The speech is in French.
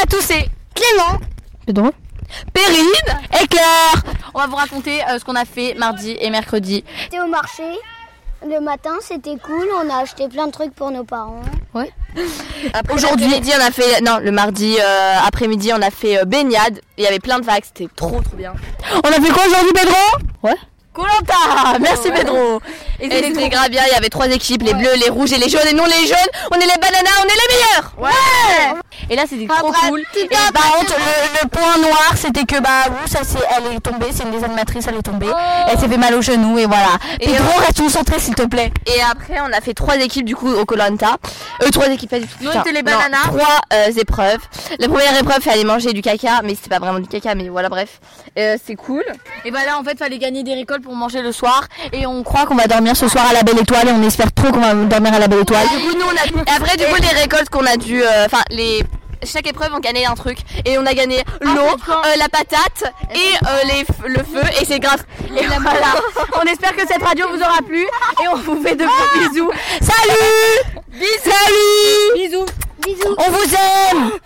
à tous, c'est Clément, Pedro, Perrine et Claire. On va vous raconter ce qu'on a fait mardi et mercredi. C'était au marché. Le matin, c'était cool. On a acheté plein de trucs pour nos parents. Ouais. Aujourd'hui, le mardi après-midi, on a fait baignade. Il y avait plein de vagues, c'était trop bien. on a fait quoi aujourd'hui, Pedro? Ouais. Koh-Lanta, merci Pedro. Et c'était grave bien, il y avait 3 équipes, les bleus, les rouges et les jaunes. Et nous les jaunes, on est les bananas, on est les meilleurs. Ouais. Et là c'était trop cool. Et par contre, le point noir, c'était que elle est tombée, c'est une des animatrices, elle est tombée. Elle s'est fait mal au genou et voilà. Pedro, reste concentré s'il te plaît. Et après on a fait 3 équipes du coup au Koh-Lanta. 3 équipes pas du tout. Nous on était les bananas. 3 épreuves. La première épreuve, fallait manger du caca, mais c'était pas vraiment du caca, mais voilà bref. C'est cool. Et bah là en fait fallait gagner des récoltes pour manger le soir. Et on croit qu'on va dormir ce soir à la Belle Étoile et on espère trop qu'on va dormir à la Belle Étoile. Du coup nous on a. Et après du coup les récoltes qu'on a dû, chaque épreuve on gagnait un truc et on a gagné l'eau, la patate et le feu et c'est grave. Et voilà. On espère que cette radio vous aura plu et on vous fait de gros bisous. Salut! Bisous.